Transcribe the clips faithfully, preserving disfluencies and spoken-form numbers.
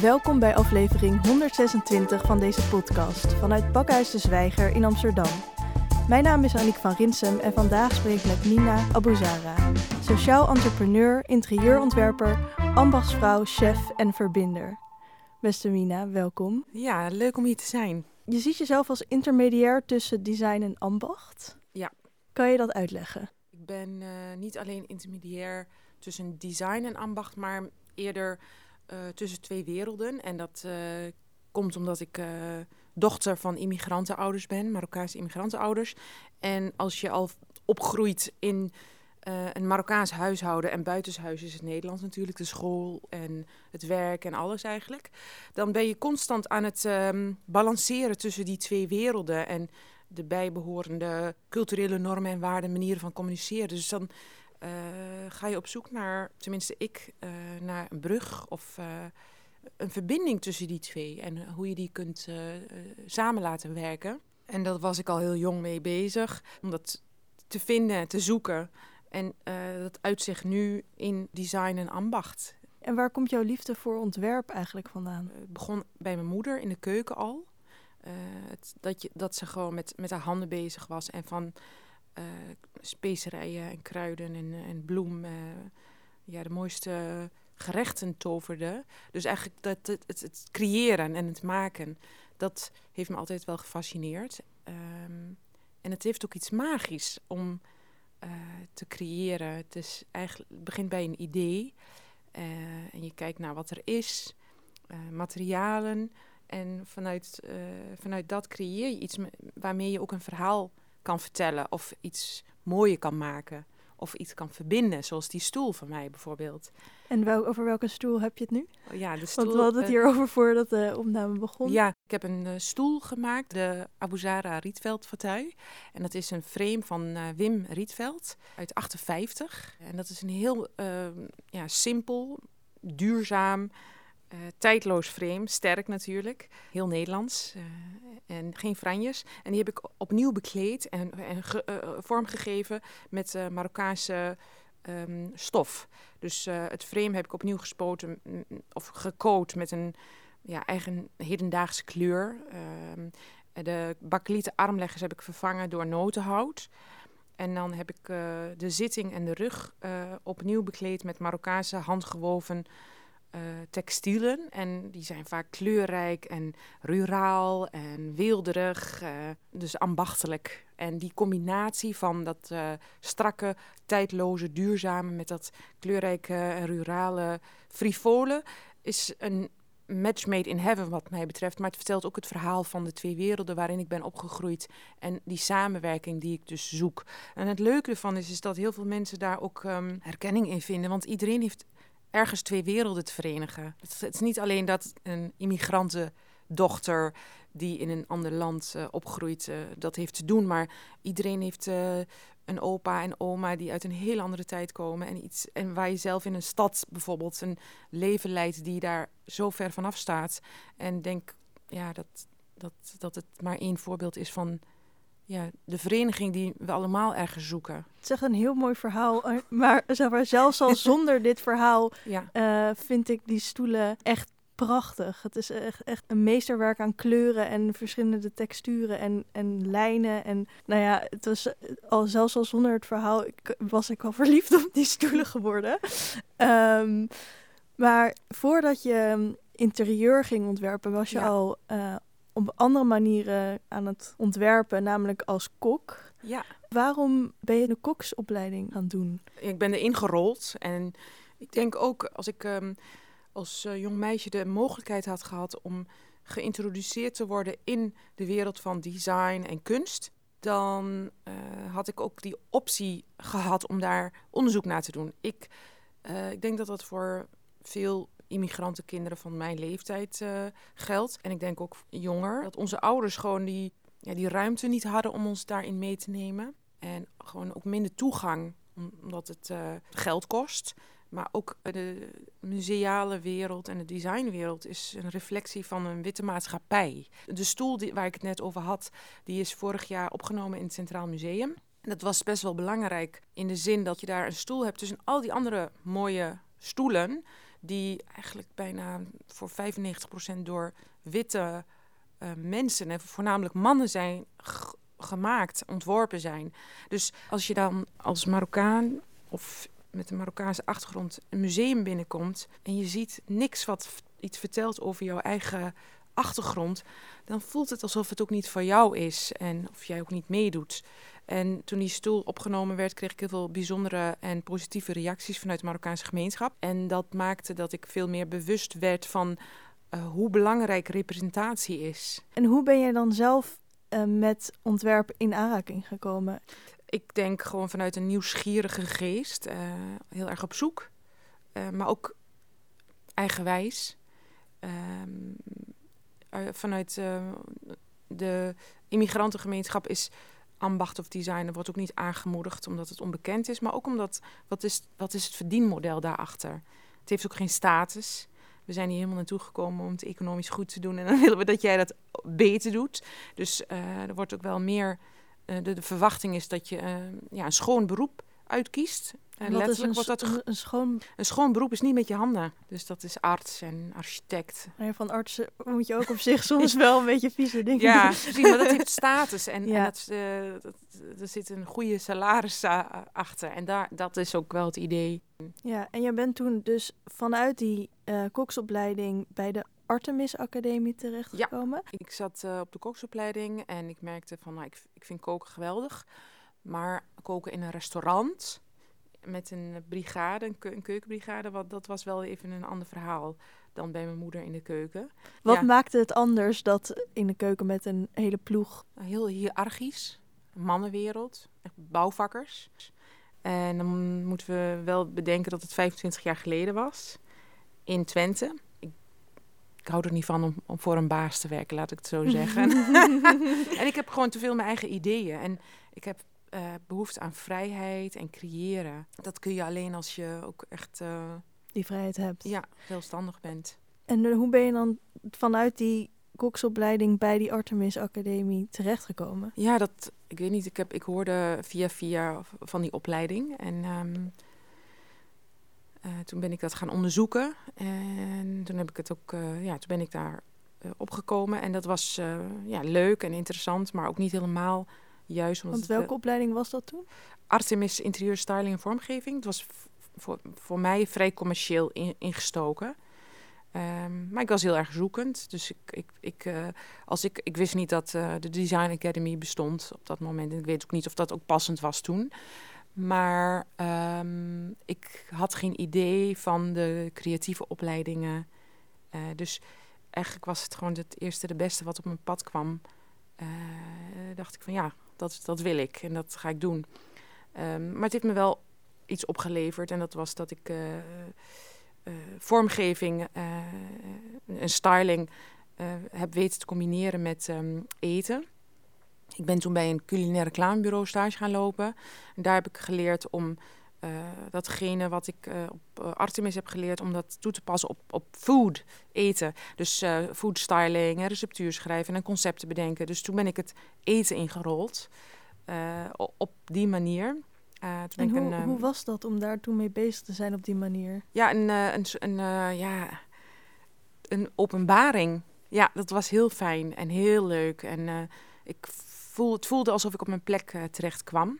Welkom bij aflevering honderdzesentwintig van deze podcast vanuit Pakhuis de Zwijger in Amsterdam. Mijn naam is Aniek van Rinsum en vandaag spreek ik met Mina Abuzara, sociaal entrepreneur, interieurontwerper, ambachtsvrouw, chef en verbinder. Beste Mina, welkom. Ja, leuk om hier te zijn. Je ziet jezelf als intermediair tussen design en ambacht. Ja. Kan je dat uitleggen? Ik ben uh, niet alleen intermediair tussen design en ambacht, maar eerder uh, tussen twee werelden. En dat uh, komt omdat ik uh, dochter van immigrantenouders ben, Marokkaanse immigrantenouders. En als je al opgroeit in uh, een Marokkaans huishouden en buitenshuis is het Nederlands natuurlijk, de school en het werk en alles eigenlijk. Dan ben je constant aan het um, balanceren tussen die twee werelden en de bijbehorende culturele normen en waarden, manieren van communiceren. Dus dan uh, ga je op zoek naar, tenminste ik, uh, naar een brug of uh, een verbinding tussen die twee. En hoe je die kunt uh, uh, samen laten werken. En daar was ik al heel jong mee bezig, om dat te vinden, te zoeken. En uh, dat uitzicht nu in design en ambacht. En waar komt jouw liefde voor ontwerp eigenlijk vandaan? Het begon bij mijn moeder in de keuken al. Uh, het, dat, je, dat ze gewoon met, met haar handen bezig was en van uh, specerijen en kruiden en, en bloem uh, ja, de mooiste gerechten toverde. Dus eigenlijk dat, het, het, het creëren en het maken, dat heeft me altijd wel gefascineerd. Um, en het heeft ook iets magisch om uh, te creëren. Het, is eigenlijk, het begint bij een idee uh, en je kijkt naar wat er is, uh, materialen. En vanuit, uh, vanuit dat creëer je iets waarmee je ook een verhaal kan vertellen. Of iets mooier kan maken. Of iets kan verbinden. Zoals die stoel van mij bijvoorbeeld. En wel, over welke stoel heb je het nu? Oh, ja, de stoel, Want we hadden het hierover voordat de opname begon. Ja, ik heb een uh, stoel gemaakt. De Abuzara Rietveld fauteuil. En dat is een frame van uh, Wim Rietveld uit achtenvijftig. En dat is een heel uh, ja, simpel, duurzaam, Uh, tijdloos frame, sterk natuurlijk, heel Nederlands uh, en geen franjes. En die heb ik opnieuw bekleed en, en ge, uh, vormgegeven met uh, Marokkaanse um, stof. Dus uh, het frame heb ik opnieuw gespoten m- of gecoat met een ja, eigen hedendaagse kleur. Uh, de bakkelieten armleggers heb ik vervangen door notenhout. En dan heb ik uh, de zitting en de rug uh, opnieuw bekleed met Marokkaanse handgewoven Uh, textielen. En die zijn vaak kleurrijk en ruraal en weelderig, uh, dus ambachtelijk. En die combinatie van dat uh, strakke, tijdloze, duurzame met dat kleurrijke en rurale frivole is een match made in heaven wat mij betreft. Maar het vertelt ook het verhaal van de twee werelden waarin ik ben opgegroeid en die samenwerking die ik dus zoek. En het leuke ervan is, is dat heel veel mensen daar ook um, herkenning in vinden, want iedereen heeft ergens twee werelden te verenigen. Het, het is niet alleen dat een immigrantendochter die in een ander land uh, opgroeit, uh, dat heeft te doen. Maar iedereen heeft uh, een opa en oma die uit een heel andere tijd komen. En, iets, en waar je zelf in een stad bijvoorbeeld een leven leidt die daar zo ver vanaf staat. En denk ja, dat, dat, dat het maar één voorbeeld is van ja, de vereniging die we allemaal ergens zoeken. Het is echt een heel mooi verhaal. Maar, zeg maar zelfs al zonder dit verhaal ja. uh, vind ik die stoelen echt prachtig. Het is echt, echt een meesterwerk aan kleuren en verschillende texturen en, en lijnen. En nou ja, het was al, zelfs al zonder het verhaal ik, was ik al verliefd op die stoelen geworden. Um, maar voordat je interieur ging ontwerpen, was je ja. al Uh, op andere manieren aan het ontwerpen, namelijk als kok. Ja. Waarom ben je de koksopleiding gaan doen? Ik ben erin gerold en ik denk ook als ik um, als uh, jong meisje de mogelijkheid had gehad om geïntroduceerd te worden in de wereld van design en kunst, dan uh, had ik ook die optie gehad om daar onderzoek naar te doen. Ik, uh, ik denk dat dat voor veel immigrantenkinderen van mijn leeftijd uh, geldt. En ik denk ook jonger. Dat onze ouders gewoon die, ja, die ruimte niet hadden om ons daarin mee te nemen. En gewoon ook minder toegang, omdat het uh, geld kost. Maar ook de museale wereld en de designwereld is een reflectie van een witte maatschappij. De stoel die, waar ik het net over had, die is vorig jaar opgenomen in het Centraal Museum. En dat was best wel belangrijk in de zin dat je daar een stoel hebt tussen al die andere mooie stoelen die eigenlijk bijna voor vijfennegentig procent door witte uh, mensen, en voornamelijk mannen zijn g- gemaakt, ontworpen zijn. Dus als je dan als Marokkaan of met een Marokkaanse achtergrond een museum binnenkomt en je ziet niks wat v- iets vertelt over jouw eigen achtergrond, dan voelt het alsof het ook niet voor jou is en of jij ook niet meedoet. En toen die stoel opgenomen werd, kreeg ik heel veel bijzondere en positieve reacties vanuit de Marokkaanse gemeenschap. En dat maakte dat ik veel meer bewust werd van uh, hoe belangrijk representatie is. En hoe ben je dan zelf uh, met ontwerp in aanraking gekomen? Ik denk gewoon vanuit een nieuwsgierige geest, uh, heel erg op zoek, uh, maar ook eigenwijs. Uh, uh, vanuit uh, de immigrantengemeenschap is ambacht of design, dat wordt ook niet aangemoedigd omdat het onbekend is, maar ook omdat, wat is, wat is het verdienmodel daarachter? Het heeft ook geen status. We zijn hier helemaal naartoe gekomen om het economisch goed te doen en dan willen we dat jij dat beter doet. Dus uh, er wordt ook wel meer, uh, de, de verwachting is dat je uh, ja, een schoon beroep uitkiest. Uh, wat is een, wordt dat een, een schoon... Een schoon beroep is niet met je handen. Dus dat is arts en architect. Ja, van artsen moet je ook op zich soms wel een beetje vieze dingen ja, doen. precies, maar dat heeft status. En, ja. en dat, uh, dat, er zit een goede salaris uh, achter. En daar, dat is ook wel het idee. Ja, en je bent toen dus vanuit die uh, koksopleiding bij de Artemis Academie terechtgekomen? Ja, ik zat uh, op de koksopleiding en ik merkte van, nou, ik, ik vind koken geweldig. Maar koken in een restaurant met een brigade, een, ke- een keukenbrigade, wat, dat was wel even een ander verhaal dan bij mijn moeder in de keuken. Wat ja. maakte het anders dat in de keuken met een hele ploeg? Heel hiërarchisch, een mannenwereld, echt bouwvakkers. En dan moeten we wel bedenken dat het vijfentwintig jaar geleden was, in Twente. Ik, ik hou er niet van om, om voor een baas te werken, laat ik het zo zeggen. En ik heb gewoon te veel mijn eigen ideeën. En ik heb uh, behoefte aan vrijheid en creëren. Dat kun je alleen als je ook echt Uh, die vrijheid hebt. Ja, zelfstandig bent. En uh, hoe ben je dan vanuit die koksopleiding bij die Artemis Academie terechtgekomen? Ja, dat, ik weet niet, ik, heb, ik hoorde via via van die opleiding. En um, uh, toen ben ik dat gaan onderzoeken. En toen heb ik het ook, uh, ja, toen ben ik daar uh, opgekomen. En dat was uh, ja, leuk en interessant, maar ook niet helemaal juist. Want welke het, opleiding was dat toen? Artemis Interieur Styling en Vormgeving. Het was v- voor, voor mij vrij commercieel in, ingestoken. Um, maar ik was heel erg zoekend. Dus ik, ik, ik, uh, als ik, ik wist niet dat uh, de Design Academy bestond op dat moment. En ik weet ook niet of dat ook passend was toen. Maar um, ik had geen idee van de creatieve opleidingen. Uh, dus eigenlijk was het gewoon het eerste de beste wat op mijn pad kwam. Uh, dacht ik van ja, dat, dat wil ik en dat ga ik doen. Um, maar het heeft me wel iets opgeleverd. En dat was dat ik Uh, Uh, vormgeving uh, en styling uh, heb weten te combineren met um, eten. Ik ben toen bij een culinair reclamebureau stage gaan lopen. En daar heb ik geleerd om uh, datgene wat ik uh, op uh, Artemis heb geleerd, om dat toe te passen op, op food, eten. Dus uh, food styling, en receptuur schrijven en concepten bedenken. Dus toen ben ik het eten ingerold uh, op die manier. Uh, en hoe, een, uh, hoe was dat om daar toen mee bezig te zijn op die manier? Ja, een, uh, een, een, uh, ja, een openbaring. Ja, dat was heel fijn en heel leuk. En uh, ik voel, het voelde alsof ik op mijn plek uh, terecht kwam.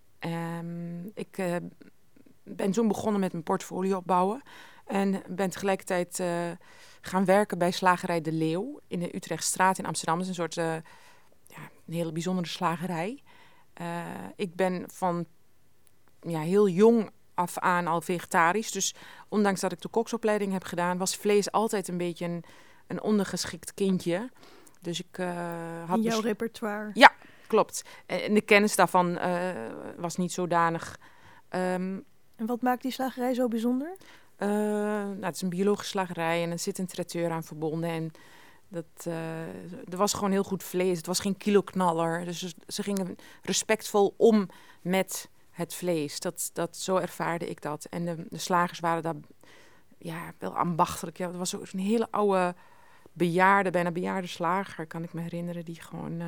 Um, ik uh, ben toen begonnen met mijn portfolio opbouwen. En ben tegelijkertijd uh, gaan werken bij slagerij De Leeuw in de Utrechtstraat in Amsterdam. Dat is een soort, uh, ja, een hele bijzondere slagerij. Uh, ik ben van ja, heel jong af aan al vegetarisch. Dus ondanks dat ik de koksopleiding heb gedaan, was vlees altijd een beetje een, een ondergeschikt kindje. Dus ik uh, had in jouw bes- repertoire? Ja, klopt. En de kennis daarvan uh, was niet zodanig. Um, en wat maakt die slagerij zo bijzonder? Uh, nou, het is een biologische slagerij en er zit een traiteur aan verbonden. En dat, uh, er was gewoon heel goed vlees. Het was geen kiloknaller. Dus ze, ze gingen respectvol om met het vlees. Dat, dat, zo ervaarde ik dat. En de, de slagers waren daar ja, wel ambachtelijk. Ja, er was ook een hele oude bejaarde, bijna bejaarde slager, kan ik me herinneren, die gewoon Uh,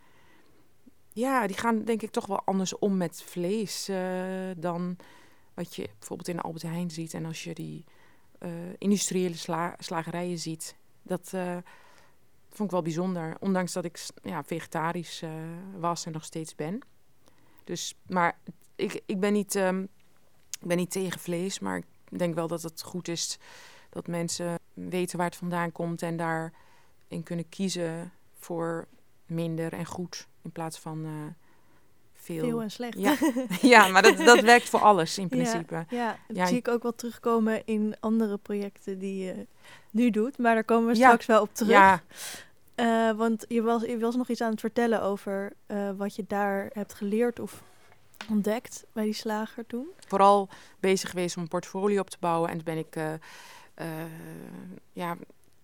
ja, die gaan denk ik toch wel anders om met vlees uh, dan wat je bijvoorbeeld in de Albert Heijn ziet. En als je die uh, industriële sla- slagerijen ziet. Dat uh, vond ik wel bijzonder. Ondanks dat ik ja, vegetarisch uh, was en nog steeds ben. Dus, maar ik, ik, ben niet, um, ik ben niet tegen vlees, maar ik denk wel dat het goed is dat mensen weten waar het vandaan komt en daarin kunnen kiezen voor minder en goed in plaats van uh, veel. Veel en slecht. Ja, ja maar dat, dat werkt voor alles in principe. Ja, ja dat ja, zie ik ook wel terugkomen in andere projecten die je nu doet, maar daar komen we ja, straks wel op terug. Ja. Uh, want je was, je was nog iets aan het vertellen over uh, wat je daar hebt geleerd of ontdekt bij die slager toen. Vooral bezig geweest om een portfolio op te bouwen. En toen ben ik uh, uh, ja,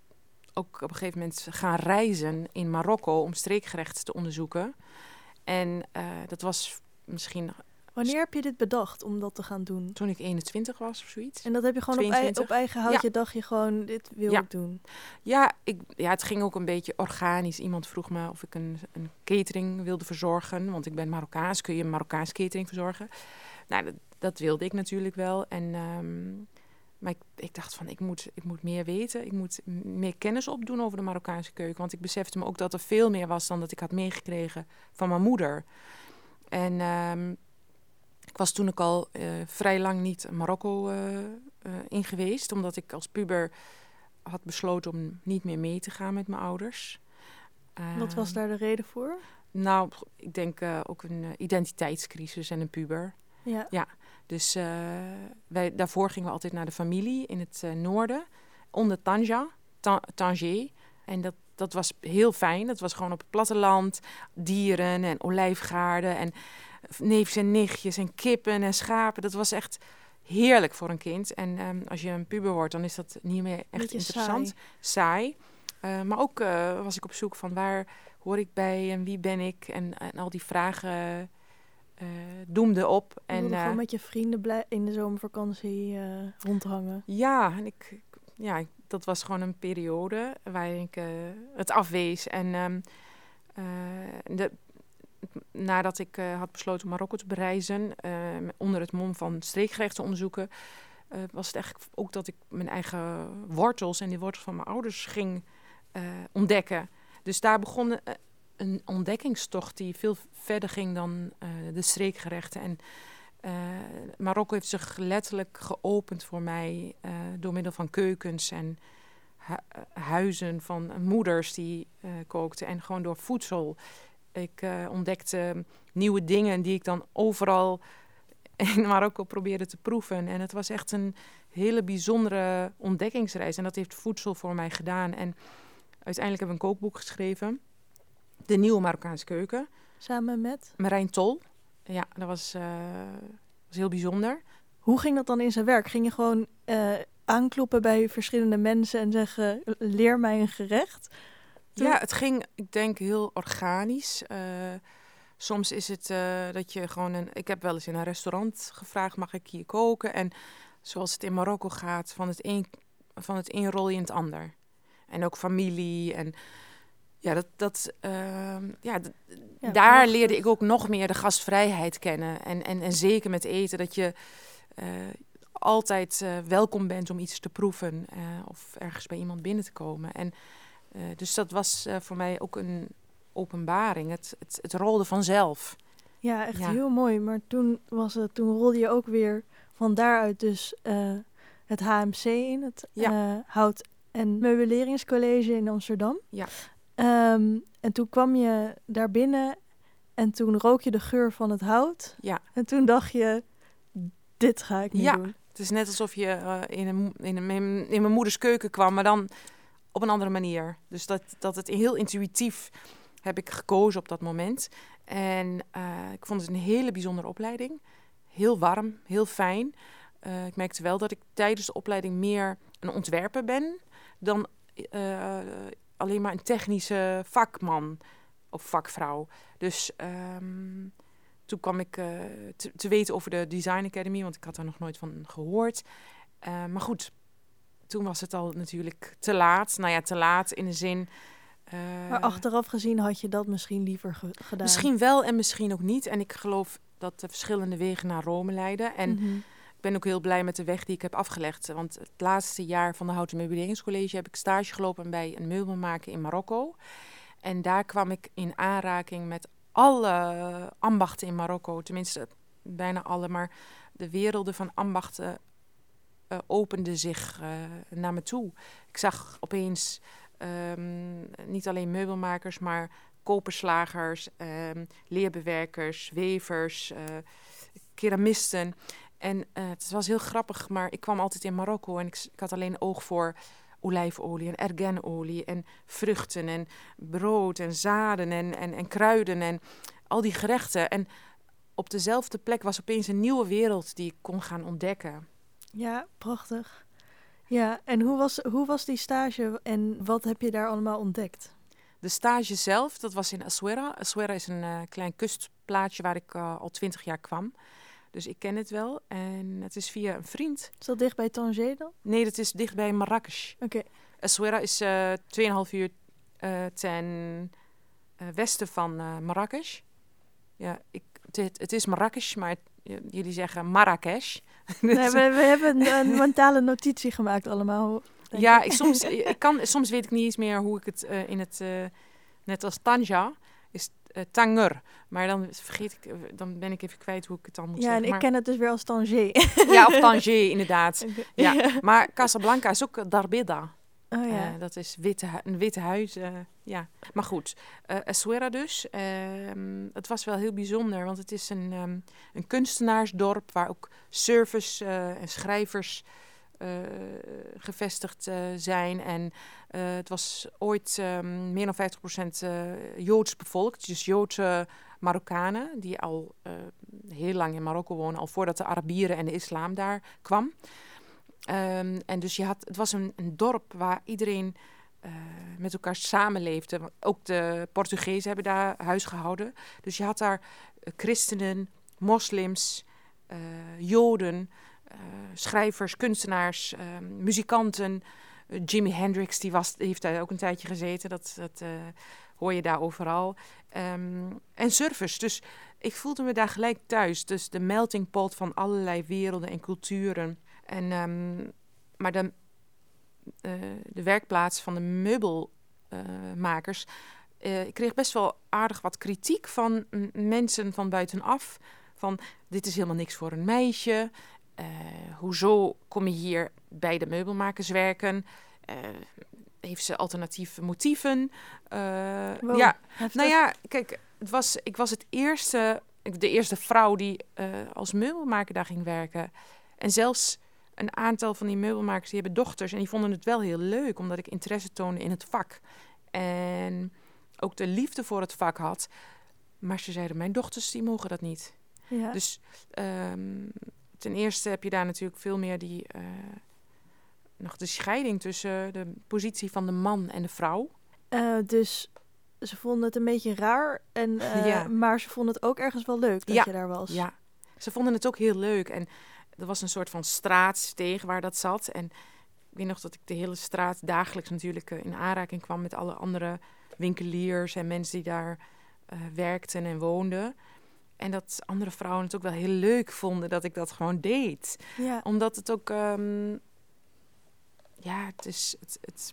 ook op een gegeven moment gaan reizen in Marokko om streekgerechten te onderzoeken. En uh, dat was misschien... Wanneer heb je dit bedacht om dat te gaan doen? Toen ik eenentwintig was of zoiets. En dat heb je gewoon op, ei, op eigen houtje, ja. dacht je gewoon, dit wil ja. ik doen? Ja, ik, ja, het ging ook een beetje organisch. Iemand vroeg me of ik een, een catering wilde verzorgen. Want ik ben Marokkaans, kun je een Marokkaans catering verzorgen? Nou, dat, dat wilde ik natuurlijk wel. En, um, maar ik, ik dacht van, ik moet, ik moet meer weten. Ik moet meer kennis opdoen over de Marokkaanse keuken. Want ik besefte me ook dat er veel meer was dan dat ik had meegekregen van mijn moeder. En... Um, Ik was toen ook al uh, vrij lang niet Marokko uh, uh, in geweest. Omdat ik als puber had besloten om niet meer mee te gaan met mijn ouders. Uh, Wat was daar de reden voor? Nou, ik denk uh, ook een uh, identiteitscrisis en een puber. Ja. Ja, dus uh, wij, daarvoor gingen we altijd naar de familie in het uh, noorden. Onder Tanja, ta- Tanger. En dat, dat was heel fijn. Dat was gewoon op het platteland. Dieren en olijfgaarden en... neefjes en nichtjes en kippen en schapen. Dat was echt heerlijk voor een kind. En um, als je een puber wordt, dan is dat niet meer echt Beetje interessant. Saai. Saai. Uh, maar ook uh, was ik op zoek van waar hoor ik bij en wie ben ik? En, en al die vragen uh, doemden op. Je en wilde uh, gewoon met je vrienden blij- in de zomervakantie uh, rondhangen. Ja, en ik, ja, dat was gewoon een periode waarin ik uh, het afwees. En um, uh, de... Nadat ik uh, had besloten om Marokko te bereizen, uh, onder het mom van streekgerechten te onderzoeken, uh, was het eigenlijk ook dat ik mijn eigen wortels en die wortels van mijn ouders ging uh, ontdekken. Dus daar begon uh, een ontdekkingstocht die veel verder ging dan uh, de streekgerechten. En uh, Marokko heeft zich letterlijk geopend voor mij uh, door middel van keukens en hu- huizen van moeders die uh, kookten en gewoon door voedsel. Ik uh, ontdekte nieuwe dingen die ik dan overal in Marokko probeerde te proeven. En het was echt een hele bijzondere ontdekkingsreis. En dat heeft voedsel voor mij gedaan. En uiteindelijk heb ik een kookboek geschreven. De Nieuwe Marokkaanse Keuken. Samen met? Marijn Tol. Ja, dat was, uh, was heel bijzonder. Hoe ging dat dan in zijn werk? Ging je gewoon uh, aankloppen bij verschillende mensen en zeggen, leer mij een gerecht? Ja, het ging, ik denk, heel organisch. Uh, soms is het uh, dat je gewoon... Een, ik heb wel eens in een restaurant gevraagd, mag ik hier koken? En zoals het in Marokko gaat, van het een, van het een rol je in het ander. En ook familie. En ja, dat, dat, uh, ja, d- ja daar leerde ik ook nog meer de gastvrijheid kennen. En, en, en zeker met eten, dat je uh, altijd uh, welkom bent om iets te proeven. Uh, of ergens bij iemand binnen te komen. En... Uh, dus dat was uh, voor mij ook een openbaring. Het, het, het rolde vanzelf. Ja, echt ja. heel mooi. Maar toen, was het, toen rolde je ook weer van daaruit dus uh, het H M C in. Het ja. uh, Hout- en Meubeleringscollege in Amsterdam. Ja. Um, en toen kwam je daar binnen en toen rook je de geur van het hout. Ja. En toen dacht je, dit ga ik nu ja. doen. Het is net alsof je uh, in, een, in, een, in mijn moeders keuken kwam, maar dan... op een andere manier. Dus dat, dat het heel intuïtief heb ik gekozen op dat moment. En uh, ik vond het een hele bijzondere opleiding. Heel warm, heel fijn. Uh, ik merkte wel dat ik tijdens de opleiding meer een ontwerper ben... dan uh, alleen maar een technische vakman of vakvrouw. Dus um, toen kwam ik uh, te, te weten over de Design Academy... want ik had daar nog nooit van gehoord. Uh, maar goed... Toen was het al natuurlijk te laat. Nou ja, te laat in de zin... Uh, maar achteraf gezien had je dat misschien liever ge- gedaan? Misschien wel en misschien ook niet. En ik geloof dat de verschillende wegen naar Rome leiden. En mm-hmm. ik ben ook heel blij met de weg die ik heb afgelegd. Want het laatste jaar van de Houten Meubeleringscollege heb ik stage gelopen bij een meubelmaker in Marokko. En daar kwam ik in aanraking met alle ambachten in Marokko. Tenminste, bijna alle. Maar de werelden van ambachten uh, openden zich uh, naar me toe. Ik zag opeens um, niet alleen meubelmakers, maar koperslagers, um, leerbewerkers, wevers, uh, keramisten. En uh, het was heel grappig, maar ik kwam altijd in Marokko en ik, ik had alleen oog voor olijfolie en ergenolie en vruchten en brood en zaden en, en, en kruiden en al die gerechten. En op dezelfde plek was opeens een nieuwe wereld die ik kon gaan ontdekken. Ja, prachtig. Ja, en hoe was, hoe was die stage en wat heb je daar allemaal ontdekt? De stage zelf, dat was in Essaouira. Essaouira is een uh, klein kustplaatsje waar ik uh, al twintig jaar kwam. Dus ik ken het wel. En het is via een vriend. Is dat dicht bij Tanger dan? Nee, dat is dicht bij Marrakesh. Oké. Okay. Essaouira is uh, twee komma vijf uur uh, ten uh, westen van uh, Marrakesh. Ja, ik, het, het is Marrakesh, maar het, jullie zeggen Marrakesh. Nee, we, we hebben een, een mentale notitie gemaakt allemaal. Ja, ik, soms, ik kan, soms weet ik niet eens meer hoe ik het uh, in het... Uh, net als Tanja is uh, Tanger. Maar dan vergeet ik, dan ben ik even kwijt hoe ik het dan moet ja, zeggen. Ja, en maar... ik ken het dus weer als Tanger. Ja, of Tanger, inderdaad. Okay. Ja. Maar Casablanca is ook Darbida. Oh, ja. uh, dat is witte hu- een witte huis. Uh, ja. Maar goed, uh, Essaouira dus. Uh, het was wel heel bijzonder, want het is een, um, een kunstenaarsdorp waar ook surfers uh, en schrijvers uh, gevestigd uh, zijn. En uh, het was ooit um, meer dan vijftig procent uh, Joods bevolkt, dus Joodse Marokkanen, die al uh, heel lang in Marokko wonen, al voordat de Arabieren en de islam daar kwam. Um, en dus je had, het was een, een dorp waar iedereen uh, met elkaar samenleefde. Ook de Portugezen hebben daar huis gehouden. Dus je had daar uh, christenen, moslims, uh, joden, uh, schrijvers, kunstenaars, uh, muzikanten. Uh, Jimi Hendrix, die, was, die heeft daar ook een tijdje gezeten. Dat, dat uh, hoor je daar overal. Um, en surfers. Dus ik voelde me daar gelijk thuis. Dus de melting pot van allerlei werelden en culturen. En, um, maar de, uh, de werkplaats van de meubelmakers... Uh, ik kreeg best wel aardig wat kritiek van m- mensen van buitenaf. Van, dit is helemaal niks voor een meisje. Uh, hoezo kom je hier bij de meubelmakers werken? Uh, heeft ze alternatieve motieven? Uh, wow, ja, heftig. nou ja, kijk, het was, ik was het eerste, de eerste vrouw die uh, als meubelmaker daar ging werken. En zelfs een aantal van die meubelmakers die hebben dochters. En die vonden het wel heel leuk, omdat ik interesse toonde in het vak. En ook de liefde voor het vak had. Maar ze zeiden, mijn dochters die mogen dat niet. Ja. Dus um, ten eerste heb je daar natuurlijk veel meer die... Uh, nog de scheiding tussen de positie van de man en de vrouw. Uh, dus ze vonden het een beetje raar. En, uh, ja. Maar ze vonden het ook ergens wel leuk dat ja. je daar was. Ja, ze vonden het ook heel leuk. En er was een soort van straatsteeg waar dat zat. En ik weet nog dat ik de hele straat dagelijks natuurlijk uh, in aanraking kwam... met alle andere winkeliers en mensen die daar uh, werkten en woonden. En dat andere vrouwen het ook wel heel leuk vonden dat ik dat gewoon deed. Ja. Omdat het ook... Um, ja, het is... Het, het,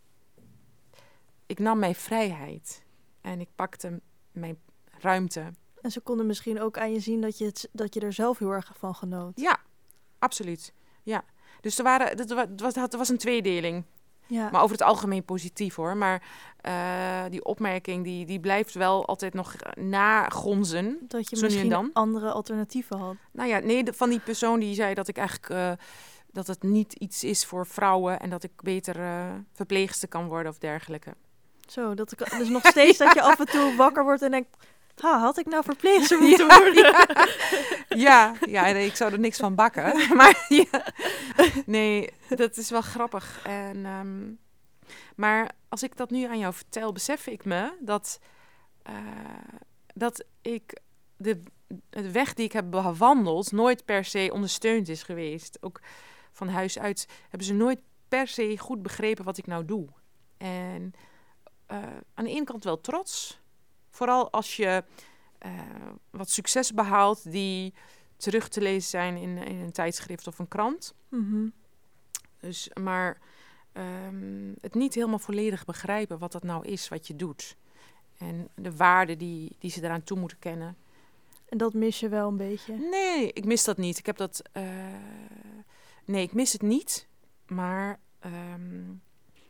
ik nam mijn vrijheid. En ik pakte mijn ruimte. En ze konden misschien ook aan je zien dat je, het, dat je er zelf heel erg van genoot. Ja, absoluut. Ja. Dus er, waren, het was, het was een tweedeling. Ja. Maar over het algemeen positief hoor. Maar uh, die opmerking die, die blijft wel altijd nog nagonzen. Dat je zo misschien nu en dan. andere alternatieven had. Nou ja, nee, de, van die persoon die zei dat ik eigenlijk... Uh, dat het niet iets is voor vrouwen... en dat ik beter uh, verpleegster kan worden of dergelijke. Zo, dat ik dus nog steeds ja. dat je af en toe wakker wordt en denkt... Ha, had ik nou verpleegster moeten ja, worden? Ja, ja, ja nee, ik zou er niks van bakken. Maar ja, nee, dat is wel grappig. En, um, maar als ik dat nu aan jou vertel, besef ik me dat, uh, dat ik de, de weg die ik heb bewandeld nooit per se ondersteund is geweest. Ook van huis uit hebben ze nooit per se goed begrepen wat ik nou doe. En uh, aan de ene kant wel trots... Vooral als je uh, wat succes behaalt die terug te lezen zijn in, in een tijdschrift of een krant. Mm-hmm. Dus, maar um, het niet helemaal volledig begrijpen wat dat nou is wat je doet. En de waarden die, die ze eraan toe moeten kennen. En dat mis je wel een beetje? Nee, ik mis dat niet. Ik heb dat... Uh, nee, ik mis het niet. Maar um,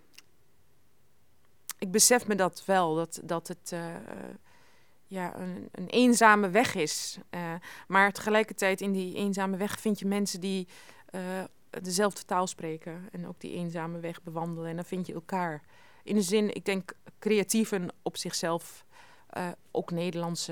ik besef me dat wel. Dat, dat het uh, ja, een, een eenzame weg is. Uh, maar tegelijkertijd in die eenzame weg vind je mensen die uh, dezelfde taal spreken. En ook die eenzame weg bewandelen. En dan vind je elkaar. In de zin, ik denk creatieven op zichzelf... Uh, ook Nederlandse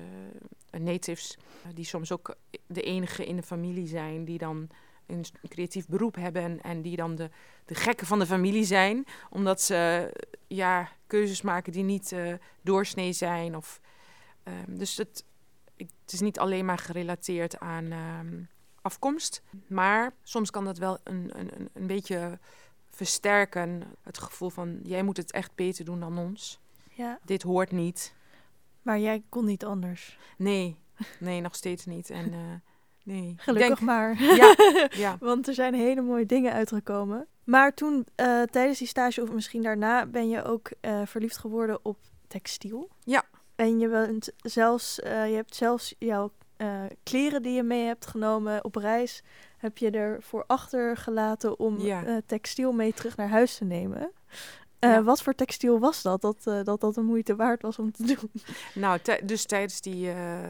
uh, natives, uh, die soms ook de enige in de familie zijn, die dan een creatief beroep hebben en, en die dan de, de gekken van de familie zijn, omdat ze uh, ja, keuzes maken die niet uh, doorsnee zijn. Of, uh, dus het, het is niet alleen maar gerelateerd aan uh, afkomst, maar soms kan dat wel een, een, een beetje versterken, het gevoel van jij moet het echt beter doen dan ons. Ja. Dit hoort niet. Maar jij kon niet anders. Nee, nee, nog steeds niet. En, uh, nee. Gelukkig Denk, maar. Ja, ja. Want er zijn hele mooie dingen uitgekomen. Maar toen, uh, tijdens die stage of misschien daarna, ben je ook uh, verliefd geworden op textiel. Ja. En je, bent zelfs, uh, je hebt zelfs jouw uh, kleren die je mee hebt genomen op reis, heb je ervoor achtergelaten om ja. uh, textiel mee terug naar huis te nemen. Uh, ja. Wat voor textiel was dat? Dat, uh, dat dat de moeite waard was om te doen? Nou, t- dus tijdens die uh,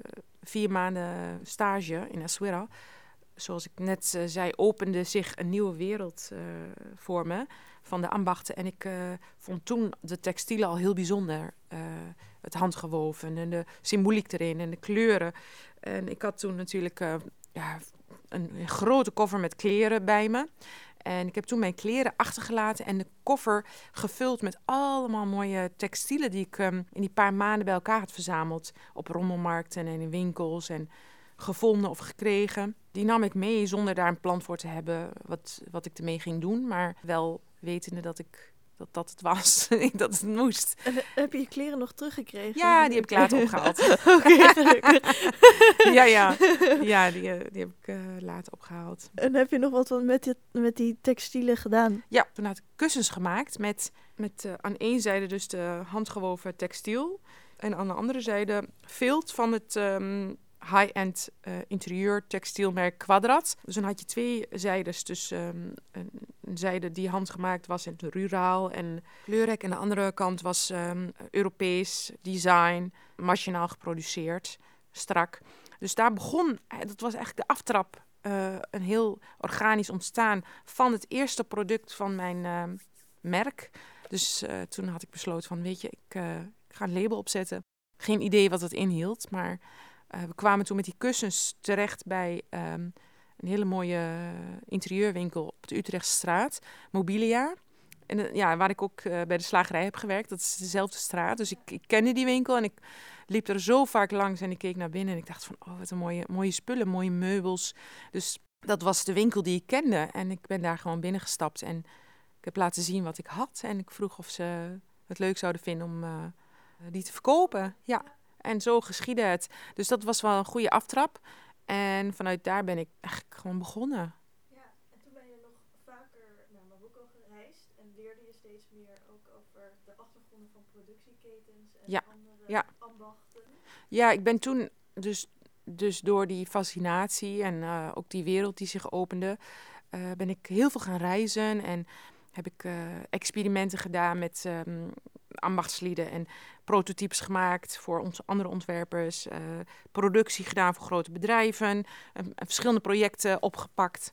vier maanden stage in Essaouira, zoals ik net uh, zei, opende zich een nieuwe wereld uh, voor me van de ambachten. En ik uh, vond toen de textielen al heel bijzonder. Uh, het handgewoven en de symboliek erin en de kleuren. En ik had toen natuurlijk uh, ja, een, een grote koffer met kleren bij me. En ik heb toen mijn kleren achtergelaten en de koffer gevuld met allemaal mooie textielen die ik um, in die paar maanden bij elkaar had verzameld. Op rommelmarkten en in winkels en gevonden of gekregen. Die nam ik mee zonder daar een plan voor te hebben wat, wat ik ermee ging doen. Maar wel wetende dat ik... dat dat het was, dat het moest. En heb je je kleren nog teruggekregen? Ja, die heb ik later opgehaald. Oké, gelukkig. ja, ja. ja die, die heb ik uh, later opgehaald. En heb je nog wat met die, met die textielen gedaan? Ja, toen had ik kussens gemaakt met, met uh, aan één zijde dus de handgewoven textiel. En aan de andere zijde vilt van het um, high-end uh, interieur textielmerk Quadrat. Dus dan had je twee zijdes. Dus um, een, een zijde die handgemaakt was in het ruraal en kleurrijk. En de andere kant was um, Europees design, machinaal geproduceerd, strak. Dus daar begon, dat was eigenlijk de aftrap, uh, een heel organisch ontstaan van het eerste product van mijn uh, merk. Dus uh, toen had ik besloten van, weet je, ik, uh, ik ga een label opzetten. Geen idee wat het inhield, maar uh, we kwamen toen met die kussens terecht bij um, een hele mooie interieurwinkel op de Utrechtstraat, Mobilia. En uh, ja, waar ik ook uh, bij de slagerij heb gewerkt, dat is dezelfde straat. Dus ik, ik kende die winkel en ik liep er zo vaak langs en ik keek naar binnen en ik dacht van, oh, wat een mooie, mooie spullen, mooie meubels. Dus dat was de winkel die ik kende en ik ben daar gewoon binnengestapt en ik heb laten zien wat ik had. En ik vroeg of ze het leuk zouden vinden om uh, die te verkopen. Ja, en zo geschiedde het. Dus dat was wel een goede aftrap. En vanuit daar ben ik eigenlijk gewoon begonnen. Ja, en toen ben je nog vaker naar Marokko gereisd en leerde je steeds meer ook over de achtergronden van productieketens en ja. andere ja. ambachten. Ja, ik ben toen dus, dus door die fascinatie en uh, ook die wereld die zich opende, uh, ben ik heel veel gaan reizen en heb ik uh, experimenten gedaan met um, ambachtslieden en prototypes gemaakt voor onze andere ontwerpers, uh, productie gedaan voor grote bedrijven, uh, verschillende projecten opgepakt.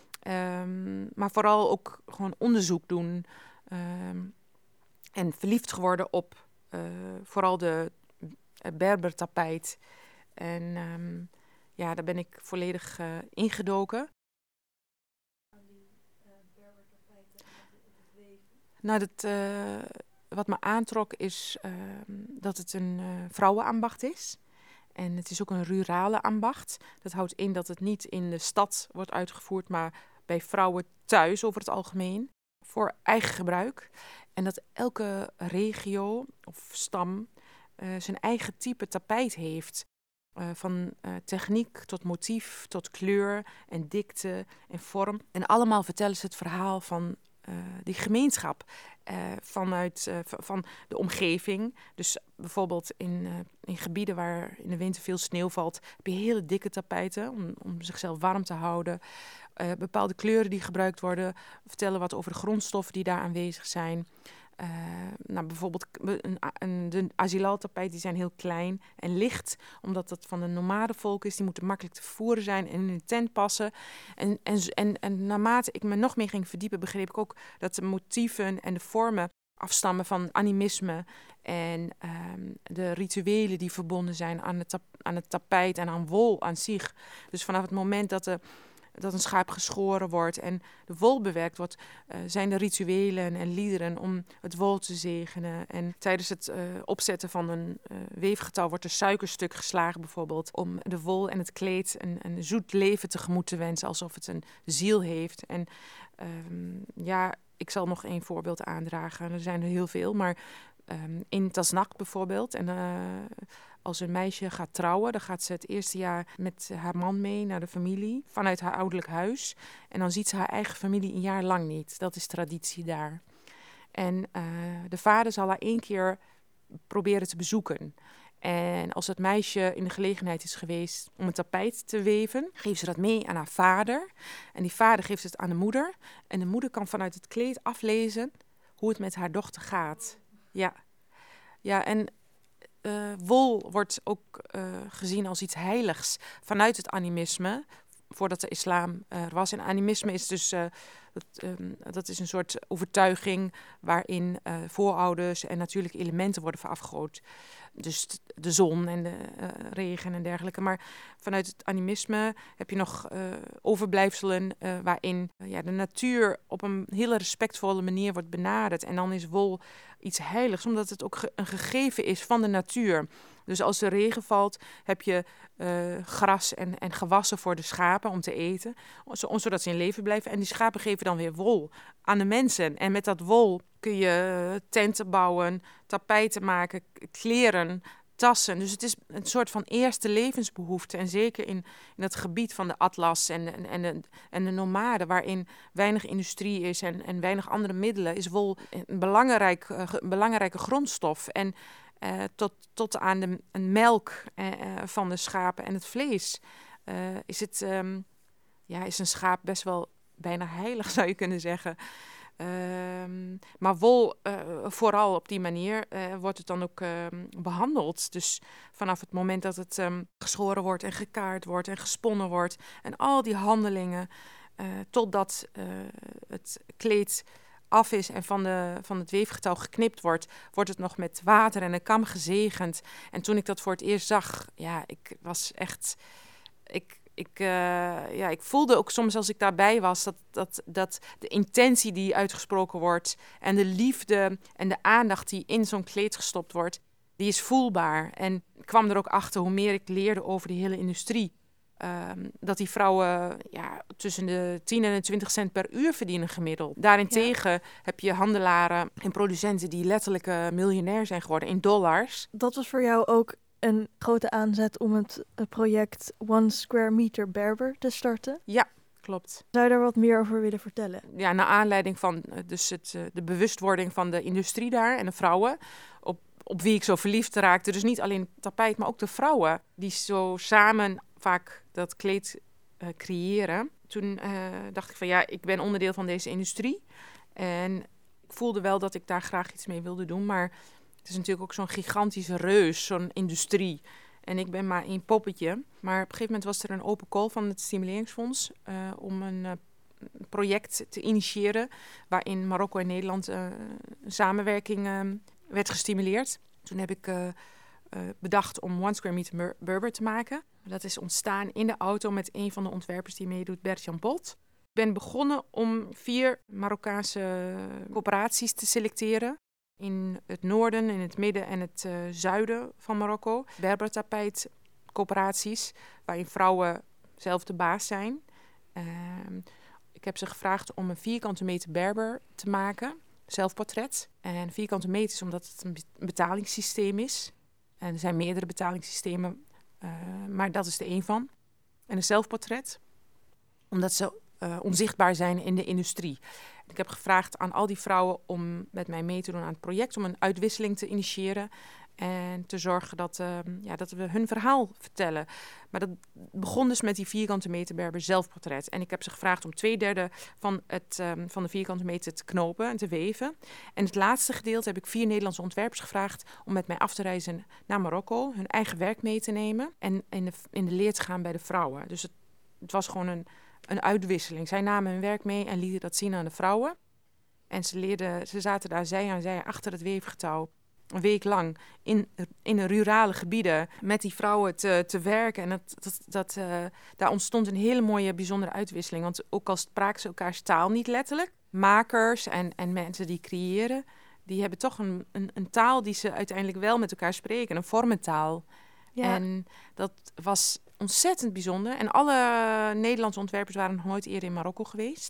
Um, maar vooral ook gewoon onderzoek doen um, en verliefd geworden op uh, vooral de uh, Berber-tapijt. En um, ja, daar ben ik volledig uh, ingedoken. Nou, dat, uh, wat me aantrok is uh, dat het een uh, vrouwenambacht is. En het is ook een rurale ambacht. Dat houdt in dat het niet in de stad wordt uitgevoerd, maar bij vrouwen thuis over het algemeen. Voor eigen gebruik. En dat elke regio of stam uh, zijn eigen type tapijt heeft. Uh, van uh, techniek tot motief, tot kleur en dikte en vorm. En allemaal vertellen ze het verhaal van uh, die gemeenschap. Uh, vanuit uh, v- van de omgeving. Dus bijvoorbeeld in, uh, in gebieden waar in de winter veel sneeuw valt, heb je hele dikke tapijten om, om zichzelf warm te houden. Uh, bepaalde kleuren die gebruikt worden, vertellen wat over de grondstoffen die daar aanwezig zijn. Uh, nou, bijvoorbeeld een, een, de asylaltapijten die zijn heel klein en licht, omdat dat van een nomadenvolk is. Die moeten makkelijk te vervoeren zijn en in een tent passen. En, en, en, en naarmate ik me nog meer ging verdiepen, begreep ik ook dat de motieven en de vormen afstammen van animisme en um, de rituelen die verbonden zijn aan het, tap, aan het tapijt en aan wol aan zich. Dus vanaf het moment dat de dat een schaap geschoren wordt en de wol bewerkt wordt, uh, zijn er rituelen en liederen om het wol te zegenen. En tijdens het uh, opzetten van een uh, weefgetouw wordt een suikerstuk geslagen bijvoorbeeld, om de wol en het kleed een, een zoet leven tegemoet te wensen, alsof het een ziel heeft. En um, ja, ik zal nog één voorbeeld aandragen. Er zijn er heel veel, maar um, in Tasnak bijvoorbeeld, en uh, als een meisje gaat trouwen, dan gaat ze het eerste jaar met haar man mee naar de familie, vanuit haar ouderlijk huis. En dan ziet ze haar eigen familie een jaar lang niet. Dat is traditie daar. En uh, de vader zal haar één keer proberen te bezoeken. En als het meisje in de gelegenheid is geweest om een tapijt te weven, geeft ze dat mee aan haar vader. En die vader geeft het aan de moeder. En de moeder kan vanuit het kleed aflezen hoe het met haar dochter gaat. Ja, ja en Uh, wol wordt ook uh, gezien als iets heiligs vanuit het animisme, voordat de islam er was. En animisme is dus uh, dat, um, dat is een soort overtuiging waarin uh, voorouders en natuurlijke elementen worden verafgood. Dus de zon en de uh, regen en dergelijke. Maar vanuit het animisme heb je nog uh, overblijfselen uh, waarin uh, ja, de natuur op een hele respectvolle manier wordt benaderd. En dan is wol iets heiligs, omdat het ook ge- een gegeven is van de natuur. Dus als er regen valt, heb je uh, gras en, en gewassen voor de schapen om te eten, zodat ze in leven blijven. En die schapen geven dan weer wol aan de mensen. En met dat wol kun je tenten bouwen, tapijten maken, kleren, tassen. Dus het is een soort van eerste levensbehoefte. En zeker in, in het gebied van de atlas en, en, en, de, en de nomaden, waarin weinig industrie is en, en weinig andere middelen, is wol een, belangrijk, uh, een belangrijke grondstof. En Uh, tot, tot aan de een melk uh, van de schapen en het vlees uh, is, het, um, ja, is een schaap best wel bijna heilig, zou je kunnen zeggen. Um, maar wol, uh, vooral op die manier, uh, wordt het dan ook uh, behandeld. Dus vanaf het moment dat het um, geschoren wordt en gekaard wordt en gesponnen wordt en al die handelingen, uh, totdat uh, het kleed af is en van, de, van het weefgetouw geknipt wordt, wordt het nog met water en een kam gezegend. En toen ik dat voor het eerst zag, ja, ik was echt... Ik, ik, uh, ja, ik voelde ook soms als ik daarbij was, dat, dat, dat de intentie die uitgesproken wordt en de liefde en de aandacht die in zo'n kleed gestopt wordt, die is voelbaar. En ik kwam er ook achter, hoe meer ik leerde over de hele industrie, Um, dat die vrouwen ja, tussen de tien en de twintig cent per uur verdienen gemiddeld. Daarentegen ja. heb je handelaren en producenten die letterlijk uh, miljonair zijn geworden in dollars. Dat was voor jou ook een grote aanzet om het project One Square Meter Berber te starten? Ja, klopt. Zou je daar wat meer over willen vertellen? Ja, naar aanleiding van uh, dus het, uh, de bewustwording van de industrie daar en de vrouwen, op, op wie ik zo verliefd raakte. Dus niet alleen het tapijt, maar ook de vrouwen die zo samen vaak dat kleed uh, creëren. Toen uh, dacht ik van ja, ik ben onderdeel van deze industrie. En ik voelde wel dat ik daar graag iets mee wilde doen. Maar het is natuurlijk ook zo'n gigantische reus, zo'n industrie. En ik ben maar één poppetje. Maar op een gegeven moment was er een open call van het Stimuleringsfonds uh, om een uh, project te initiëren waarin Marokko en Nederland uh, een samenwerking uh, werd gestimuleerd. Toen heb ik uh, uh, bedacht om One Square Meter Berber te maken. Dat is ontstaan in de auto met een van de ontwerpers die meedoet, Bert-Jan Bot. Ik ben begonnen om vier Marokkaanse coöperaties te selecteren. In het noorden, in het midden en het uh, zuiden van Marokko. Berbertapijt coöperaties, waarin vrouwen zelf de baas zijn. Uh, ik heb ze gevraagd om een vierkante meter Berber te maken, zelfportret. En vierkante meter is omdat het een betalingssysteem is. En er zijn meerdere betalingssystemen Uh, maar dat is er één van. En een zelfportret. Omdat ze uh, onzichtbaar zijn in de industrie. Ik heb gevraagd aan al die vrouwen om met mij mee te doen aan het project. Om een uitwisseling te initiëren. En te zorgen dat, uh, ja, dat we hun verhaal vertellen. Maar dat begon dus met die vierkante meter Berber zelfportret. En ik heb ze gevraagd om twee derde van, het, um, van de vierkante meter te knopen en te weven. En het laatste gedeelte heb ik vier Nederlandse ontwerpers gevraagd om met mij af te reizen naar Marokko. Hun eigen werk mee te nemen en in de, in de leer te gaan bij de vrouwen. Dus het, het was gewoon een, een uitwisseling. Zij namen hun werk mee en lieten dat zien aan de vrouwen. En ze, leerden, ze zaten daar zij aan zij achter het weefgetouw. Een week lang in, in de rurale gebieden met die vrouwen te, te werken. En dat, dat, dat, uh, daar ontstond een hele mooie, bijzondere uitwisseling. Want ook al spraken ze elkaars taal niet letterlijk, makers en, en mensen die creëren, die hebben toch een, een, een taal die ze uiteindelijk wel met elkaar spreken. Een vormentaal. Ja. En dat was ontzettend bijzonder. En alle Nederlandse ontwerpers waren nog nooit eerder in Marokko geweest.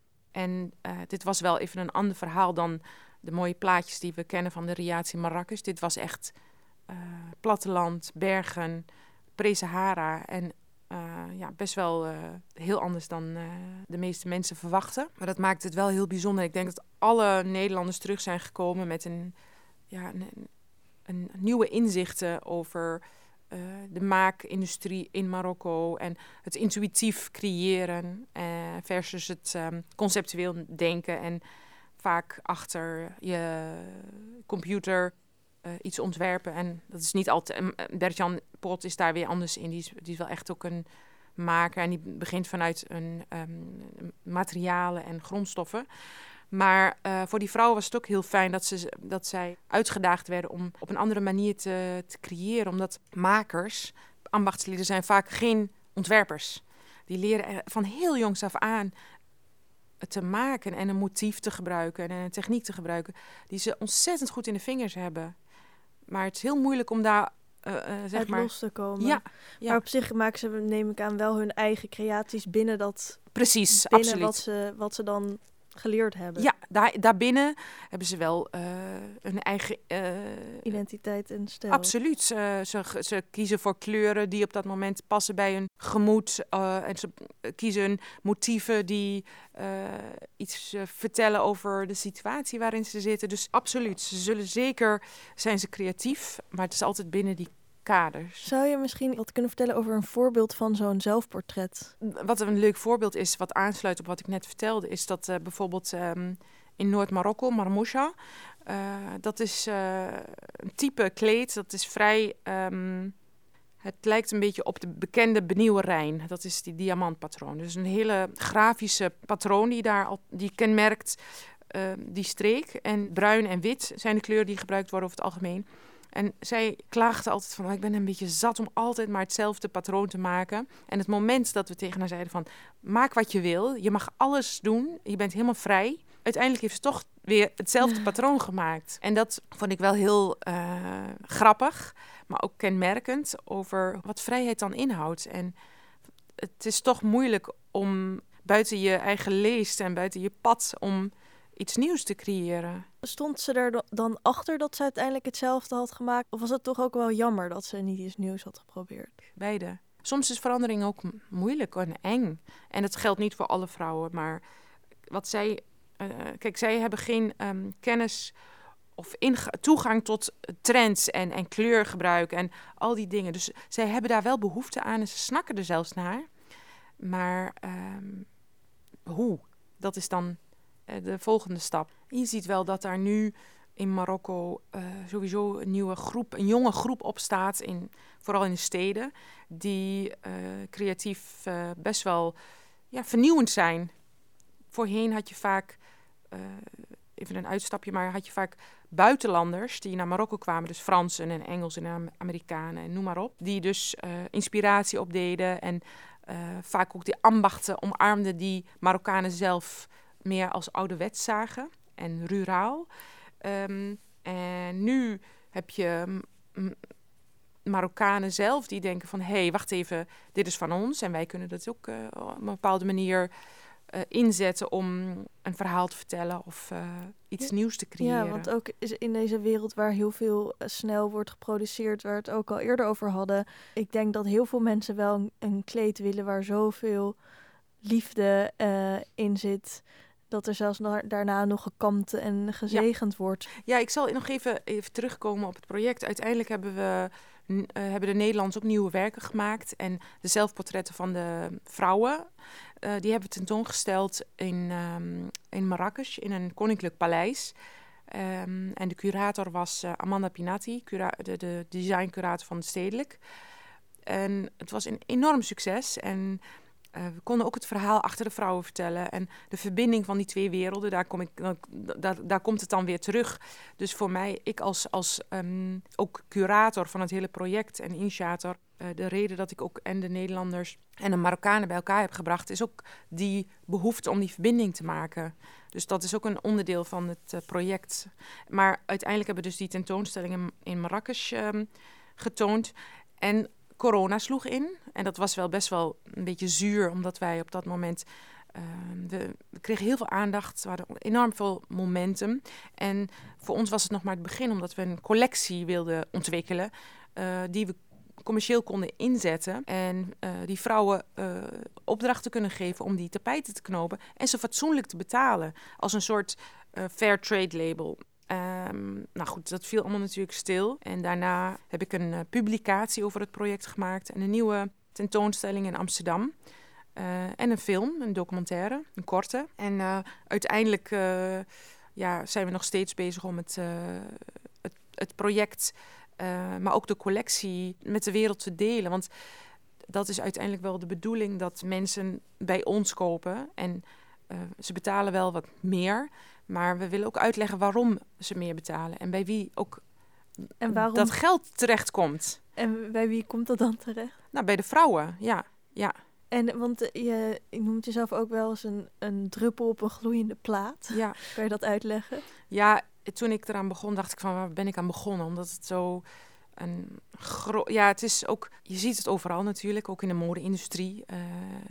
En uh, dit was wel even een ander verhaal dan de mooie plaatjes die we kennen van de Riads in Marrakesh. Dit was echt uh, platteland, bergen, pre-Sahara. En uh, ja, best wel uh, heel anders dan uh, de meeste mensen verwachten. Maar dat maakt het wel heel bijzonder. Ik denk dat alle Nederlanders terug zijn gekomen met een, ja, een, een nieuwe inzichten over uh, de maakindustrie in Marokko. En het intuïtief creëren uh, versus het um, conceptueel denken. En vaak achter je computer uh, iets ontwerpen. En dat is niet altijd. Uh, Bert-Jan Pot is daar weer anders in. Die is, die is wel echt ook een maker. En die begint vanuit een um, materialen en grondstoffen. Maar uh, voor die vrouwen was het ook heel fijn dat, ze, dat zij uitgedaagd werden om op een andere manier te, te creëren. Omdat makers, ambachtslieden, zijn vaak geen ontwerpers. Die leren van heel jongs af aan te maken en een motief te gebruiken en een techniek te gebruiken die ze ontzettend goed in de vingers hebben. Maar het is heel moeilijk om daar uh, uh, zeg uit maar los te komen. Ja, ja. Maar op zich maken ze, neem ik aan, wel hun eigen creaties binnen dat. Precies, binnen absoluut. Wat ze, wat ze dan geleerd hebben. Ja, daar, daarbinnen hebben ze wel uh, hun eigen uh, identiteit en stijl. Absoluut. Ze, ze, ze kiezen voor kleuren die op dat moment passen bij hun gemoed. Uh, en ze kiezen hun motieven die uh, iets uh, vertellen over de situatie waarin ze zitten. Dus absoluut. Ze zullen zeker zijn ze creatief, maar het is altijd binnen die kaders. Zou je misschien wat kunnen vertellen over een voorbeeld van zo'n zelfportret? Wat een leuk voorbeeld is, wat aansluit op wat ik net vertelde, is dat uh, bijvoorbeeld um, in Noord-Marokko, Marmousha, uh, dat is uh, een type kleed, dat is vrij, um, het lijkt een beetje op de bekende benieuwe Rijn. Dat is die diamantpatroon. Dus een hele grafische patroon die daar al, die kenmerkt uh, die streek. En bruin en wit zijn de kleuren die gebruikt worden over het algemeen. En zij klaagde altijd van, ik ben een beetje zat om altijd maar hetzelfde patroon te maken. En het moment dat we tegen haar zeiden van, maak wat je wil, je mag alles doen, je bent helemaal vrij. Uiteindelijk heeft ze toch weer hetzelfde patroon gemaakt. En dat vond ik wel heel uh, grappig, maar ook kenmerkend over wat vrijheid dan inhoudt. En het is toch moeilijk om buiten je eigen leest en buiten je pad om iets nieuws te creëren. Stond ze er dan achter dat ze uiteindelijk hetzelfde had gemaakt? Of was het toch ook wel jammer dat ze niet iets nieuws had geprobeerd? Beide. Soms is verandering ook moeilijk en eng. En dat geldt niet voor alle vrouwen, maar wat zij... Uh, kijk, zij hebben geen um, kennis of inga- toegang tot trends en, en kleurgebruik en al die dingen. Dus zij hebben daar wel behoefte aan en ze snakken er zelfs naar. Maar um, hoe? Dat is dan de volgende stap. Je ziet wel dat daar nu in Marokko uh, sowieso een nieuwe groep, een jonge groep opstaat, in, vooral in de steden, die uh, creatief uh, best wel ja, vernieuwend zijn. Voorheen had je vaak, uh, even een uitstapje, maar had je vaak buitenlanders die naar Marokko kwamen, dus Fransen en Engelsen en Amerikanen en noem maar op, die dus uh, inspiratie opdeden en uh, vaak ook die ambachten omarmden die Marokkanen zelf meer als ouderwets zagen en ruraal. Um, en nu heb je m- Marokkanen zelf die denken van, hé, hey, wacht even, dit is van ons en wij kunnen dat ook uh, op een bepaalde manier uh, inzetten om een verhaal te vertellen of uh, iets ja. nieuws te creëren. Ja, want ook in deze wereld waar heel veel uh, snel wordt geproduceerd, waar we het ook al eerder over hadden. Ik denk dat heel veel mensen wel een, een kleed willen waar zoveel liefde uh, in zit, dat er zelfs na, daarna nog gekamd en gezegend ja. wordt. Ja, ik zal nog even, even terugkomen op het project. Uiteindelijk hebben we uh, hebben de Nederlanders ook nieuwe werken gemaakt. En de zelfportretten van de vrouwen, uh, die hebben we tentoongesteld in, um, in Marrakesh, in een koninklijk paleis. Um, en de curator was uh, Amanda Pinatti, cura- de, de designcurator van het Stedelijk. En het was een enorm succes. En Uh, we konden ook het verhaal achter de vrouwen vertellen. En de verbinding van die twee werelden, daar, kom ik, daar, daar komt het dan weer terug. Dus voor mij, ik als, als um, ook curator van het hele project en initiator, uh, de reden dat ik ook en de Nederlanders en de Marokkanen bij elkaar heb gebracht, is ook die behoefte om die verbinding te maken. Dus dat is ook een onderdeel van het uh, project. Maar uiteindelijk hebben we dus die tentoonstelling in, in Marrakesh um, getoond. En corona sloeg in en dat was wel best wel een beetje zuur, omdat wij op dat moment, uh, we, we kregen heel veel aandacht, we hadden enorm veel momentum. En voor ons was het nog maar het begin, omdat we een collectie wilden ontwikkelen, uh, die we commercieel konden inzetten. En uh, die vrouwen uh, opdrachten kunnen geven om die tapijten te knopen en ze fatsoenlijk te betalen, als een soort uh, fair trade label. Um, nou goed, dat viel allemaal natuurlijk stil. En daarna heb ik een uh, publicatie over het project gemaakt en een nieuwe tentoonstelling in Amsterdam. Uh, en een film, een documentaire, een korte. En uh, uiteindelijk uh, ja, zijn we nog steeds bezig om het, uh, het, het project, uh, maar ook de collectie met de wereld te delen. Want dat is uiteindelijk wel de bedoeling, dat mensen bij ons kopen. En uh, ze betalen wel wat meer, maar we willen ook uitleggen waarom ze meer betalen en bij wie ook en waarom... dat geld terechtkomt. En bij wie komt dat dan terecht? Nou, bij de vrouwen, ja. ja. En want uh, je, je noemt jezelf ook wel eens een, een druppel op een gloeiende plaat. Ja. Kan je dat uitleggen? Ja, toen ik eraan begon, dacht ik van waar ben ik aan begonnen? Omdat het zo een gro- ja, het is ook, je ziet het overal natuurlijk, ook in de mode-industrie, uh,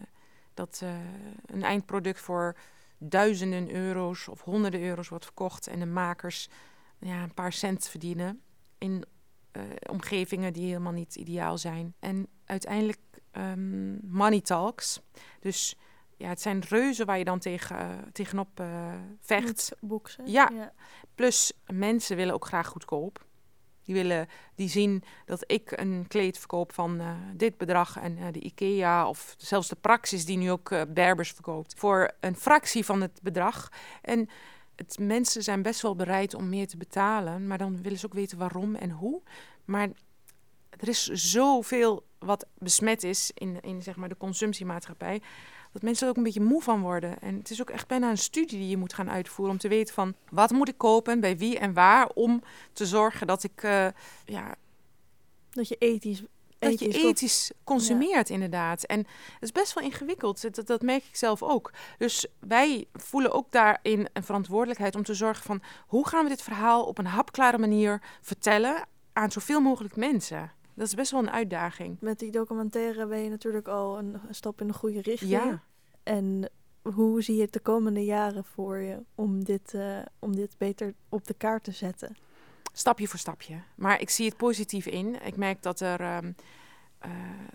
dat uh, een eindproduct voor duizenden euro's of honderden euro's wordt verkocht en de makers ja, een paar cent verdienen in uh, omgevingen die helemaal niet ideaal zijn. En uiteindelijk um, money talks. Dus ja, het zijn reuzen waar je dan tegen, uh, tegenop uh, vecht. Boksen. Ja. ja, Plus mensen willen ook graag goedkoop. Die willen, die zien dat ik een kleed verkoop van uh, dit bedrag en uh, de IKEA of zelfs de Praxis die nu ook uh, Berbers verkoopt voor een fractie van het bedrag. En het, mensen zijn best wel bereid om meer te betalen, maar dan willen ze ook weten waarom en hoe. Maar er is zoveel wat besmet is in, in zeg maar de consumptiemaatschappij, dat mensen er ook een beetje moe van worden. En het is ook echt bijna een studie die je moet gaan uitvoeren om te weten van wat moet ik kopen, bij wie en waar, om te zorgen dat ik uh, ja, dat je ethisch dat je ethisch consumeert, ja. Inderdaad. En het is best wel ingewikkeld. Dat, dat merk ik zelf ook. Dus wij voelen ook daarin een verantwoordelijkheid om te zorgen van hoe gaan we dit verhaal op een hapklare manier vertellen aan zoveel mogelijk mensen. Dat is best wel een uitdaging. Met die documentaire ben je natuurlijk al een, een stap in de goede richting. Ja. En hoe zie je het de komende jaren voor je om dit, uh, om dit beter op de kaart te zetten? Stapje voor stapje. Maar ik zie het positief in. Ik merk dat er um, uh,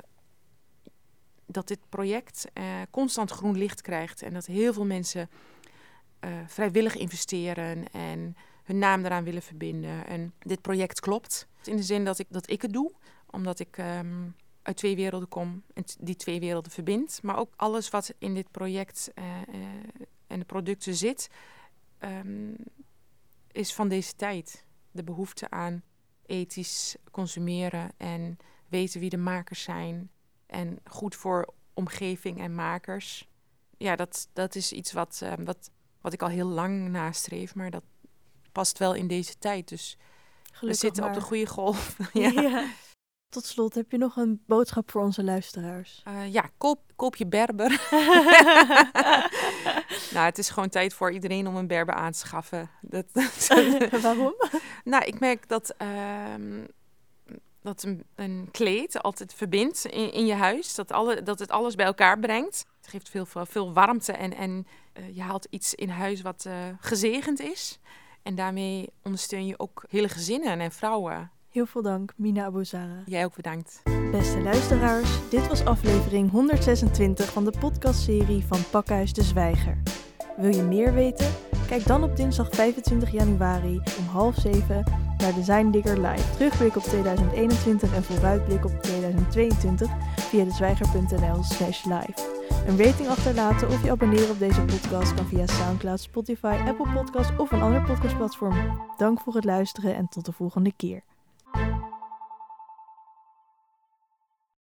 dat dit project uh, constant groen licht krijgt. En dat heel veel mensen uh, vrijwillig investeren en hun naam eraan willen verbinden. En dit project klopt. In de zin dat ik, dat ik het doe. Omdat ik um, uit twee werelden kom en t- die twee werelden verbind. Maar ook alles wat in dit project uh, uh, en de producten zit, um, is van deze tijd. De behoefte aan ethisch consumeren en weten wie de makers zijn. En goed voor omgeving en makers. Ja, dat, dat is iets wat, uh, wat, wat ik al heel lang nastreef. Maar dat past wel in deze tijd. Dus Gelukkig we zitten maar. op de goede golf. ja. Ja. Tot slot, heb je nog een boodschap voor onze luisteraars? Uh, ja, koop, koop je Berber. Nou, het is gewoon tijd voor iedereen om een Berber aan te schaffen. Dat, Waarom? Nou, ik merk dat uh, dat een, een kleed altijd verbindt in, in je huis. Dat, alle, dat het alles bij elkaar brengt. Het geeft veel, veel warmte en, en uh, je haalt iets in huis wat uh, gezegend is. En daarmee ondersteun je ook hele gezinnen en vrouwen. Heel veel dank, Mina Abuzara. Jij ook bedankt. Beste luisteraars, dit was aflevering honderdzesentwintig van de podcastserie van Pakhuis de Zwijger. Wil je meer weten? Kijk dan op dinsdag vijfentwintig januari om half zeven naar Design Digger Live. Terugblik op tweeduizend eenentwintig en vooruitblik op tweeduizend tweeëntwintig via dezwijger punt n l slash live. Een rating achterlaten of je abonneren op deze podcast kan via Soundcloud, Spotify, Apple Podcasts of een ander podcastplatform. Dank voor het luisteren en tot de volgende keer.